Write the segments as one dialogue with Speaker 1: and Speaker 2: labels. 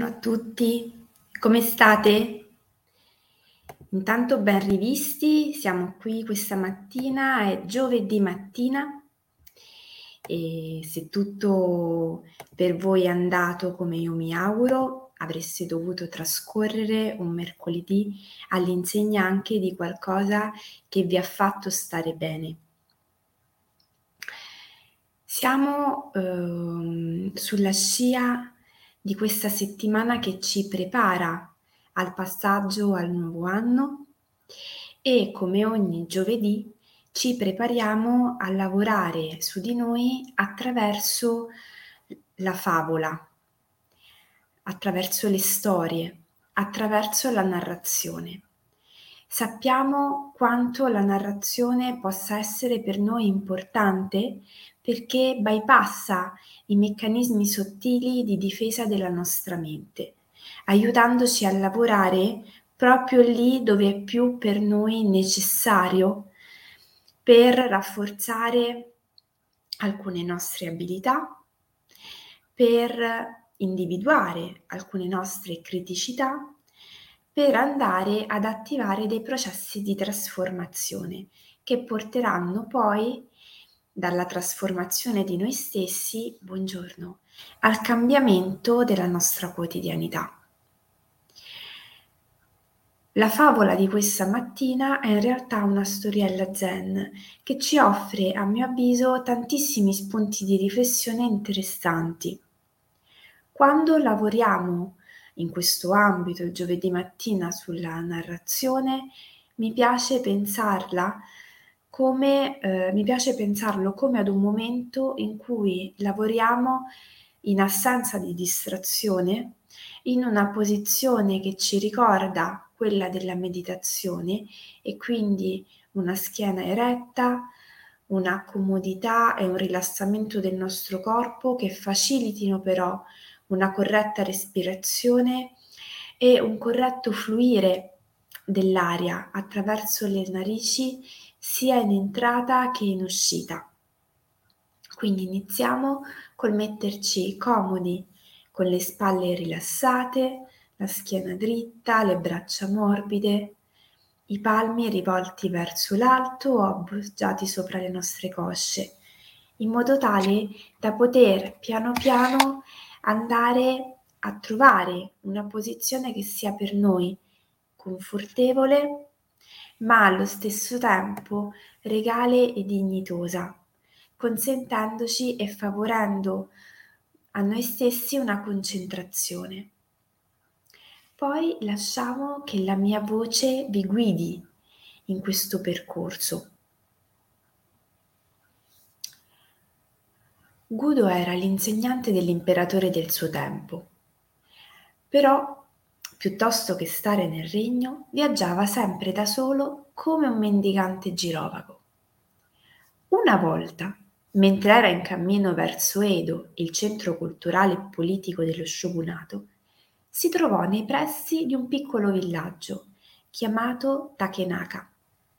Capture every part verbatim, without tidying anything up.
Speaker 1: Buongiorno a tutti, come state? Intanto ben rivisti, siamo qui questa mattina, è giovedì mattina e se tutto per voi è andato come io mi auguro, avreste dovuto trascorrere un mercoledì all'insegna anche di qualcosa che vi ha fatto stare bene. Siamo ehm, sulla scia di questa settimana che ci prepara al passaggio al nuovo anno e come ogni giovedì ci prepariamo a lavorare su di noi attraverso la favola, attraverso le storie, attraverso la narrazione. Sappiamo quanto la narrazione possa essere per noi importante perché bypassa i meccanismi sottili di difesa della nostra mente, aiutandoci a lavorare proprio lì dove è più per noi necessario per rafforzare alcune nostre abilità, per individuare alcune nostre criticità, per andare ad attivare dei processi di trasformazione che porteranno poi dalla trasformazione di noi stessi, buongiorno, al cambiamento della nostra quotidianità. La favola di questa mattina è in realtà una storiella zen che ci offre, a mio avviso, tantissimi spunti di riflessione interessanti. Quando lavoriamo in questo ambito il giovedì mattina sulla narrazione, mi piace pensarla come eh, mi piace pensarlo come ad un momento in cui lavoriamo in assenza di distrazione, in una posizione che ci ricorda quella della meditazione e quindi una schiena eretta, una comodità e un rilassamento del nostro corpo che facilitino però una corretta respirazione e un corretto fluire dell'aria attraverso le narici sia in entrata che in uscita. Quindi iniziamo col metterci comodi, con le spalle rilassate, la schiena dritta, le braccia morbide, i palmi rivolti verso l'alto o appoggiati sopra le nostre cosce, in modo tale da poter piano piano andare a trovare una posizione che sia per noi confortevole, ma allo stesso tempo regale e dignitosa, consentendoci e favorendo a noi stessi una concentrazione. Poi lasciamo che la mia voce vi guidi in questo percorso. Gudo era l'insegnante dell'imperatore del suo tempo, però piuttosto che stare nel regno, viaggiava sempre da solo come un mendicante girovago. Una volta, mentre era in cammino verso Edo, il centro culturale e politico dello shogunato, si trovò nei pressi di un piccolo villaggio chiamato Takenaka.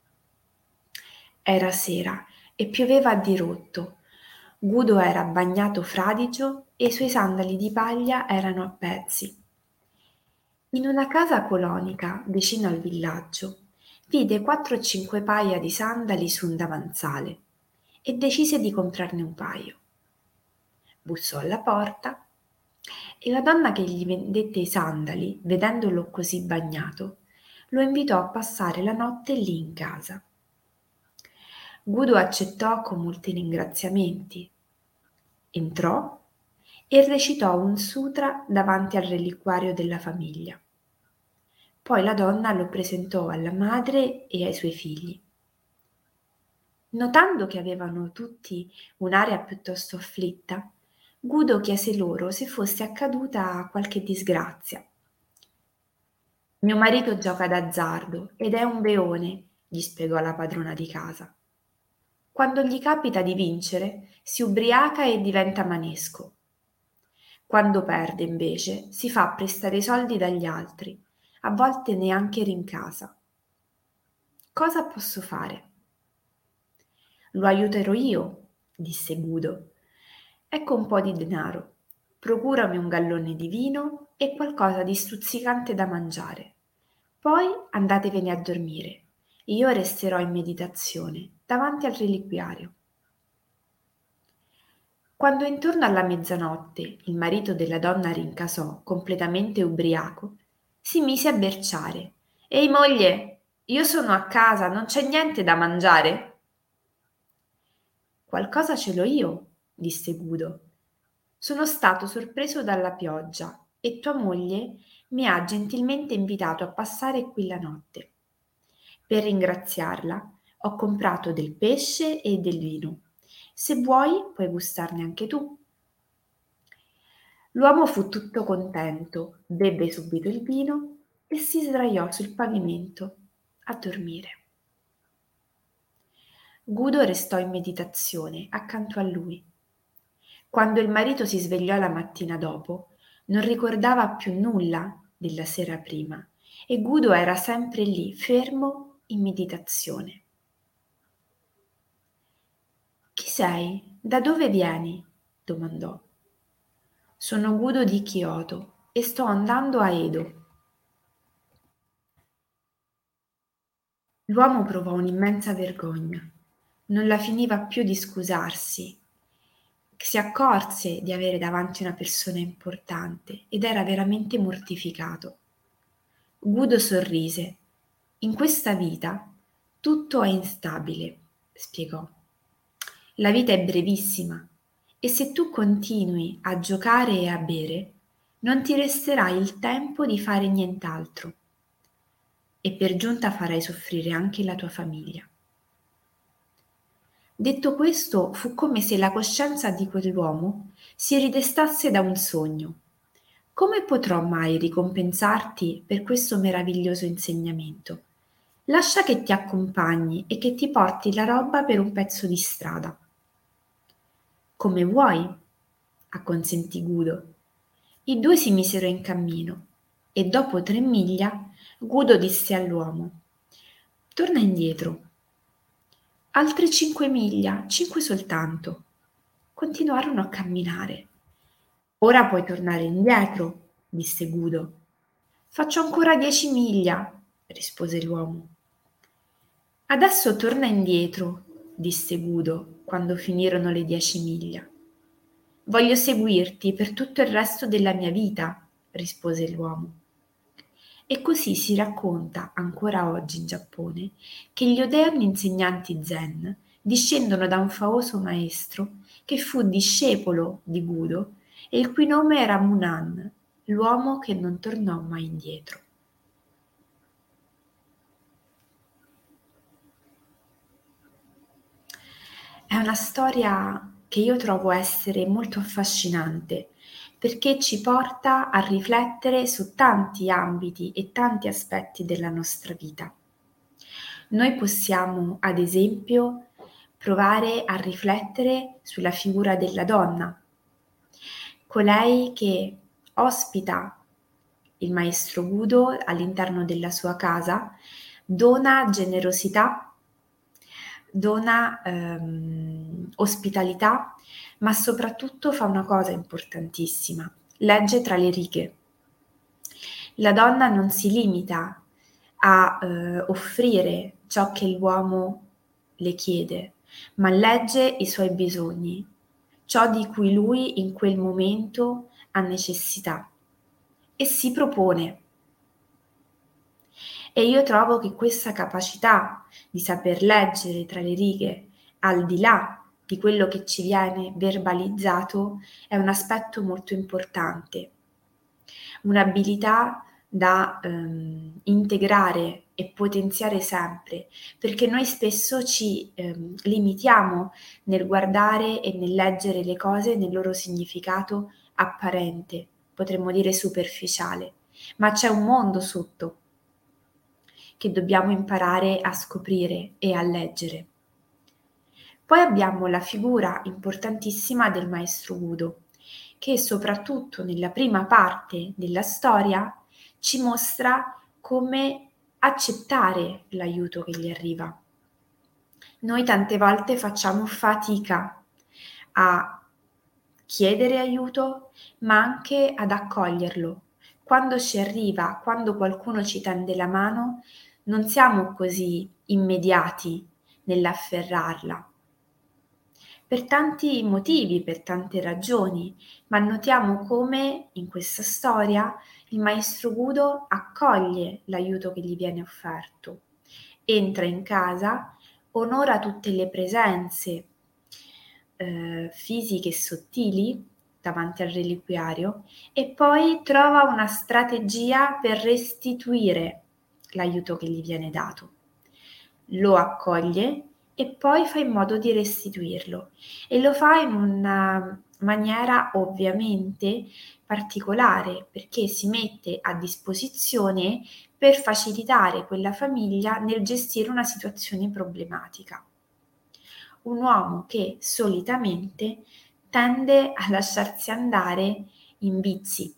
Speaker 1: Era sera e pioveva a dirotto. Gudo era bagnato fradicio e i suoi sandali di paglia erano a pezzi. In una casa colonica vicino al villaggio vide quattro o cinque paia di sandali su un davanzale e decise di comprarne un paio. Bussò alla porta e la donna che gli vendette i sandali, vedendolo così bagnato, lo invitò a passare la notte lì in casa. Gudo accettò con molti ringraziamenti, entrò e recitò un sutra davanti al reliquario della famiglia. Poi la donna lo presentò alla madre e ai suoi figli. Notando che avevano tutti un'aria piuttosto afflitta, Gudo chiese loro se fosse accaduta qualche disgrazia. Mio marito gioca d'azzardo ed è un beone, gli spiegò la padrona di casa. Quando gli capita di vincere, si ubriaca e diventa manesco. Quando perde, invece, si fa prestare i soldi dagli altri, a volte neanche rincasa. Cosa posso fare? Lo aiuterò io, disse Gudo. Ecco un po' di denaro. Procurami un gallone di vino e qualcosa di stuzzicante da mangiare. Poi andatevene a dormire. Io resterò in meditazione davanti al reliquiario. Quando intorno alla mezzanotte il marito della donna rincasò, completamente ubriaco, si mise a berciare. Ehi moglie, io sono a casa, non c'è niente da mangiare? Qualcosa ce l'ho io, disse Gudo. Sono stato sorpreso dalla pioggia e tua moglie mi ha gentilmente invitato a passare qui la notte. Per ringraziarla ho comprato del pesce e del vino. Se vuoi puoi gustarne anche tu. L'uomo fu tutto contento, bevve subito il vino e si sdraiò sul pavimento a dormire. Gudo restò in meditazione accanto a lui. Quando il marito si svegliò la mattina dopo, non ricordava più nulla della sera prima e Gudo era sempre lì, fermo in meditazione. Chi sei? Da dove vieni? Domandò. Sono Gudo di Kyoto e sto andando a Edo. L'uomo provò un'immensa vergogna. Non la finiva più di scusarsi. Si accorse di avere davanti una persona importante ed era veramente mortificato. Gudo sorrise. In questa vita tutto è instabile, spiegò. La vita è brevissima e se tu continui a giocare e a bere, non ti resterà il tempo di fare nient'altro e per giunta farai soffrire anche la tua famiglia. Detto questo, fu come se la coscienza di quell'uomo si ridestasse da un sogno. Come potrò mai ricompensarti per questo meraviglioso insegnamento? Lascia che ti accompagni e che ti porti la roba per un pezzo di strada. Come vuoi, acconsentì Gudo. I due si misero in cammino e dopo tre miglia Gudo disse all'uomo: Torna indietro. Altre cinque miglia, cinque soltanto. Continuarono a camminare. Ora puoi tornare indietro, disse Gudo. Faccio ancora dieci miglia, rispose l'uomo. Adesso torna indietro, disse Gudo, quando finirono le dieci miglia. Voglio seguirti per tutto il resto della mia vita, rispose l'uomo. E così si racconta ancora oggi in Giappone che gli odierni insegnanti zen discendono da un famoso maestro che fu discepolo di Budo e il cui nome era Munan, l'uomo che non tornò mai indietro. È una storia che io trovo essere molto affascinante perché ci porta a riflettere su tanti ambiti e tanti aspetti della nostra vita. Noi possiamo, ad esempio, provare a riflettere sulla figura della donna, colei che ospita il maestro Budo all'interno della sua casa, dona generosità, dona ehm, ospitalità, ma soprattutto fa una cosa importantissima, legge tra le righe. La donna non si limita a eh, offrire ciò che l'uomo le chiede, ma legge i suoi bisogni, ciò di cui lui in quel momento ha necessità e si propone. E io trovo che questa capacità di saper leggere tra le righe, al di là di quello che ci viene verbalizzato, è un aspetto molto importante, un'abilità da ehm, integrare e potenziare sempre, perché noi spesso ci ehm, limitiamo nel guardare e nel leggere le cose nel loro significato apparente, potremmo dire superficiale, ma c'è un mondo sotto che dobbiamo imparare a scoprire e a leggere. Poi abbiamo la figura importantissima del maestro Budo, che soprattutto nella prima parte della storia ci mostra come accettare l'aiuto che gli arriva. Noi tante volte facciamo fatica a chiedere aiuto, ma anche ad accoglierlo, quando ci arriva, quando qualcuno ci tende la mano, non siamo così immediati nell'afferrarla. Per tanti motivi, per tante ragioni, ma notiamo come in questa storia il maestro Gudo accoglie l'aiuto che gli viene offerto, entra in casa, onora tutte le presenze eh, fisiche e sottili davanti al reliquiario e poi trova una strategia per restituire l'aiuto che gli viene dato. Lo accoglie e poi fa in modo di restituirlo e lo fa in una maniera ovviamente particolare perché si mette a disposizione per facilitare quella famiglia nel gestire una situazione problematica. Un uomo che solitamente tende a lasciarsi andare in vizi.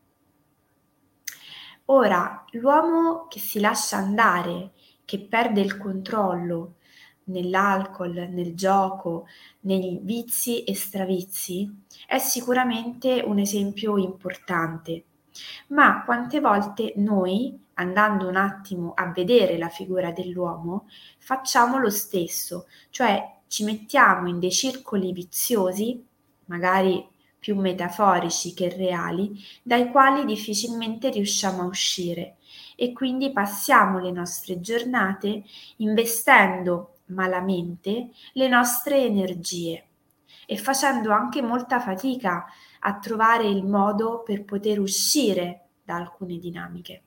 Speaker 1: Ora, l'uomo che si lascia andare, che perde il controllo nell'alcol, nel gioco, nei vizi e stravizi, è sicuramente un esempio importante. Ma quante volte noi, andando un attimo a vedere la figura dell'uomo, facciamo lo stesso, cioè ci mettiamo in dei circoli viziosi, magari più metaforici che reali, dai quali difficilmente riusciamo a uscire e quindi passiamo le nostre giornate investendo malamente le nostre energie e facendo anche molta fatica a trovare il modo per poter uscire da alcune dinamiche.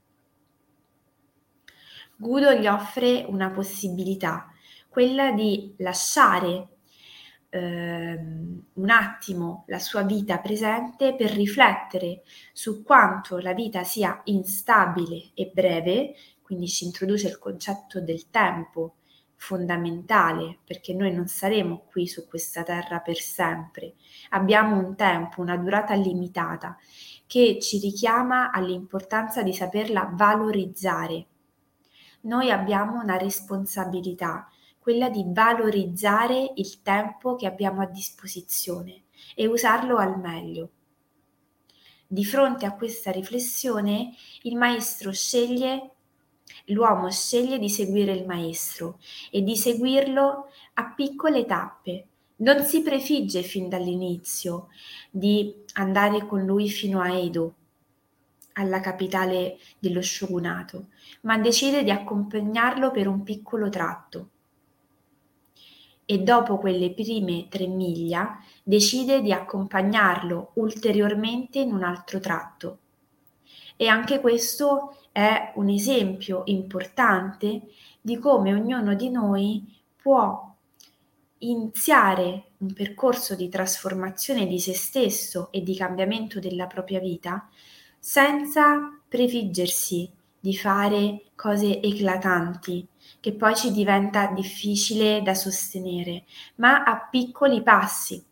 Speaker 1: Gudo gli offre una possibilità, quella di lasciare ehm, un attimo la sua vita presente per riflettere su quanto la vita sia instabile e breve, quindi ci introduce il concetto del tempo fondamentale, perché noi non saremo qui su questa terra per sempre. Abbiamo un tempo, una durata limitata che ci richiama all'importanza di saperla valorizzare. Noi abbiamo una responsabilità, quella di valorizzare il tempo che abbiamo a disposizione e usarlo al meglio. Di fronte a questa riflessione, il maestro sceglie, l'uomo sceglie di seguire il maestro e di seguirlo a piccole tappe. Non si prefigge fin dall'inizio di andare con lui fino a Edo, alla capitale dello shogunato, ma decide di accompagnarlo per un piccolo tratto. E dopo quelle prime tre miglia decide di accompagnarlo ulteriormente in un altro tratto. E anche questo è un esempio importante di come ognuno di noi può iniziare un percorso di trasformazione di se stesso e di cambiamento della propria vita senza prefiggersi di fare cose eclatanti che poi ci diventa difficile da sostenere, ma a piccoli passi,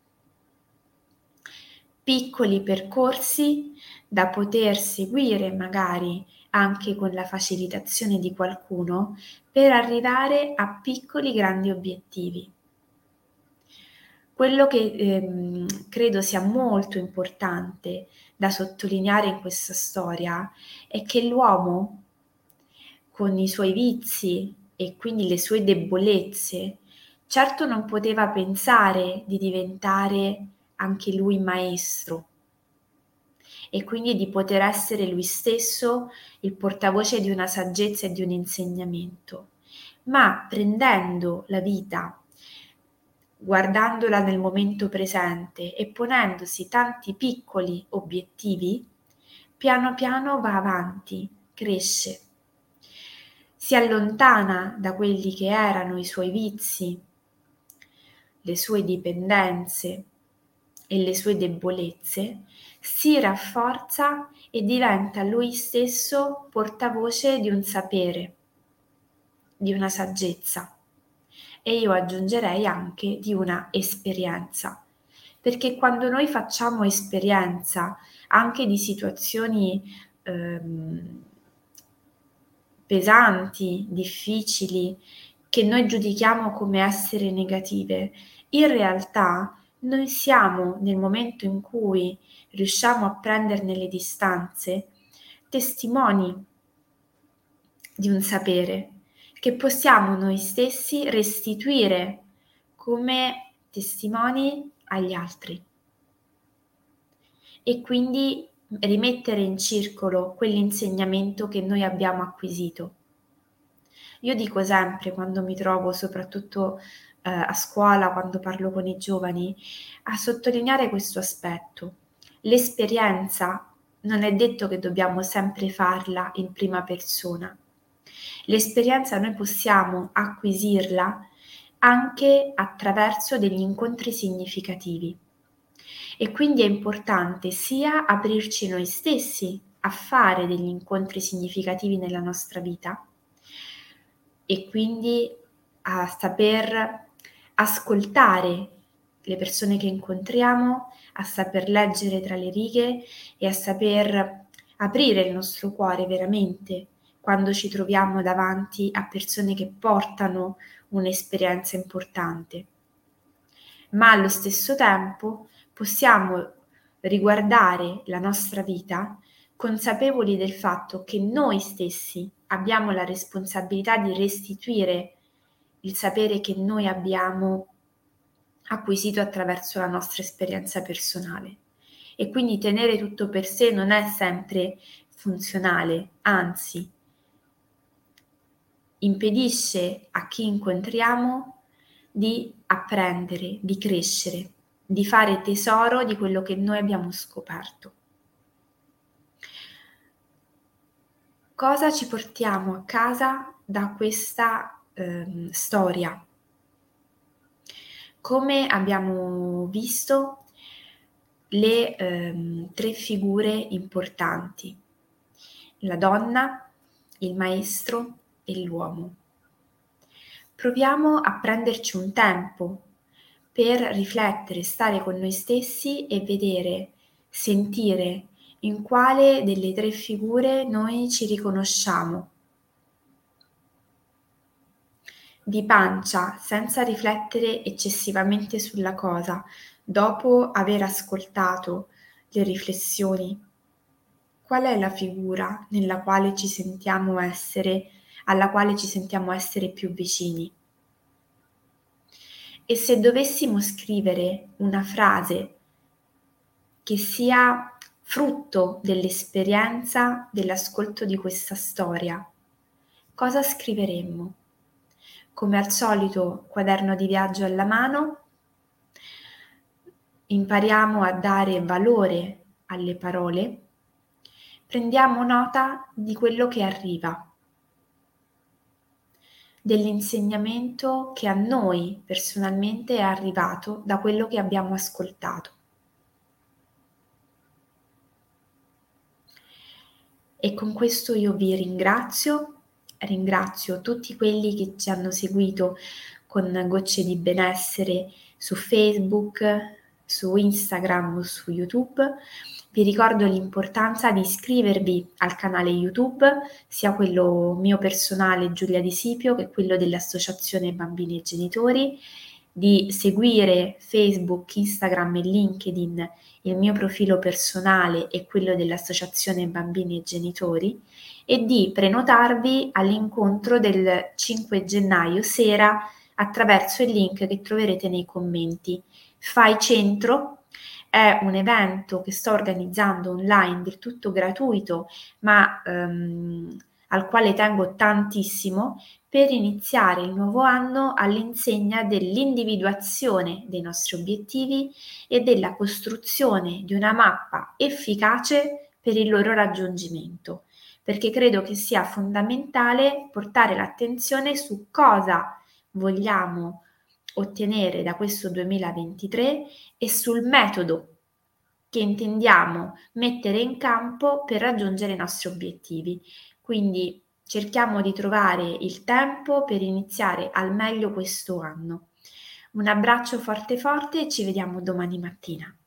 Speaker 1: piccoli percorsi da poter seguire magari anche con la facilitazione di qualcuno per arrivare a piccoli grandi obiettivi. Quello che ehm, credo sia molto importante da sottolineare in questa storia è che l'uomo, con i suoi vizi e quindi le sue debolezze, certo non poteva pensare di diventare anche lui maestro e quindi di poter essere lui stesso il portavoce di una saggezza e di un insegnamento, ma prendendo la vita, guardandola nel momento presente e ponendosi tanti piccoli obiettivi, piano piano va avanti, cresce, si allontana da quelli che erano i suoi vizi, le sue dipendenze e le sue debolezze, si rafforza e diventa lui stesso portavoce di un sapere, di una saggezza e io aggiungerei anche di una esperienza, perché quando noi facciamo esperienza anche di situazioni ehm, pesanti, difficili, che noi giudichiamo come essere negative, in realtà Noi siamo, nel momento in cui riusciamo a prenderne le distanze, testimoni di un sapere che possiamo noi stessi restituire come testimoni agli altri e quindi rimettere in circolo quell'insegnamento che noi abbiamo acquisito. Io dico sempre, quando mi trovo soprattutto eh, a scuola, quando parlo con i giovani, a sottolineare questo aspetto. L'esperienza non è detto che dobbiamo sempre farla in prima persona. L'esperienza noi possiamo acquisirla anche attraverso degli incontri significativi e quindi è importante sia aprirci noi stessi a fare degli incontri significativi nella nostra vita e quindi a saper ascoltare le persone che incontriamo, a saper leggere tra le righe e a saper aprire il nostro cuore veramente quando ci troviamo davanti a persone che portano un'esperienza importante. Ma allo stesso tempo possiamo riguardare la nostra vita consapevoli del fatto che noi stessi abbiamo la responsabilità di restituire il sapere che noi abbiamo acquisito attraverso la nostra esperienza personale. E quindi tenere tutto per sé non è sempre funzionale, anzi, impedisce a chi incontriamo di apprendere, di crescere, di fare tesoro di quello che noi abbiamo scoperto. Cosa ci portiamo a casa da questa ehm, storia? Come abbiamo visto le ehm, tre figure importanti, la donna, il maestro e l'uomo. Proviamo a prenderci un tempo per riflettere, stare con noi stessi e vedere, sentire in quale delle tre figure noi ci riconosciamo. Di pancia, senza riflettere eccessivamente sulla cosa, dopo aver ascoltato le riflessioni, qual è la figura nella quale ci sentiamo essere, alla quale ci sentiamo essere più vicini? E se dovessimo scrivere una frase che sia frutto dell'esperienza dell'ascolto di questa storia, cosa scriveremmo? Come al solito, quaderno di viaggio alla mano, impariamo a dare valore alle parole, prendiamo nota di quello che arriva, dell'insegnamento che a noi personalmente è arrivato da quello che abbiamo ascoltato. E con questo io vi ringrazio, ringrazio tutti quelli che ci hanno seguito con Gocce di Benessere su Facebook, su Instagram o su YouTube. Vi ricordo l'importanza di iscrivervi al canale YouTube, sia quello mio personale Giulia Di Sipio che quello dell'Associazione Bambini e Genitori, di seguire Facebook, Instagram e LinkedIn il mio profilo personale e quello dell'Associazione Bambini e Genitori e di prenotarvi all'incontro del cinque gennaio sera attraverso il link che troverete nei commenti. Fai Centro è un evento che sto organizzando online del tutto gratuito, ma ehm, al quale tengo tantissimo per iniziare il nuovo anno all'insegna dell'individuazione dei nostri obiettivi e della costruzione di una mappa efficace per il loro raggiungimento, perché credo che sia fondamentale portare l'attenzione su cosa vogliamo ottenere da questo duemilaventitré e sul metodo che intendiamo mettere in campo per raggiungere i nostri obiettivi. Quindi cerchiamo di trovare il tempo per iniziare al meglio questo anno. Un abbraccio forte forte e ci vediamo domani mattina.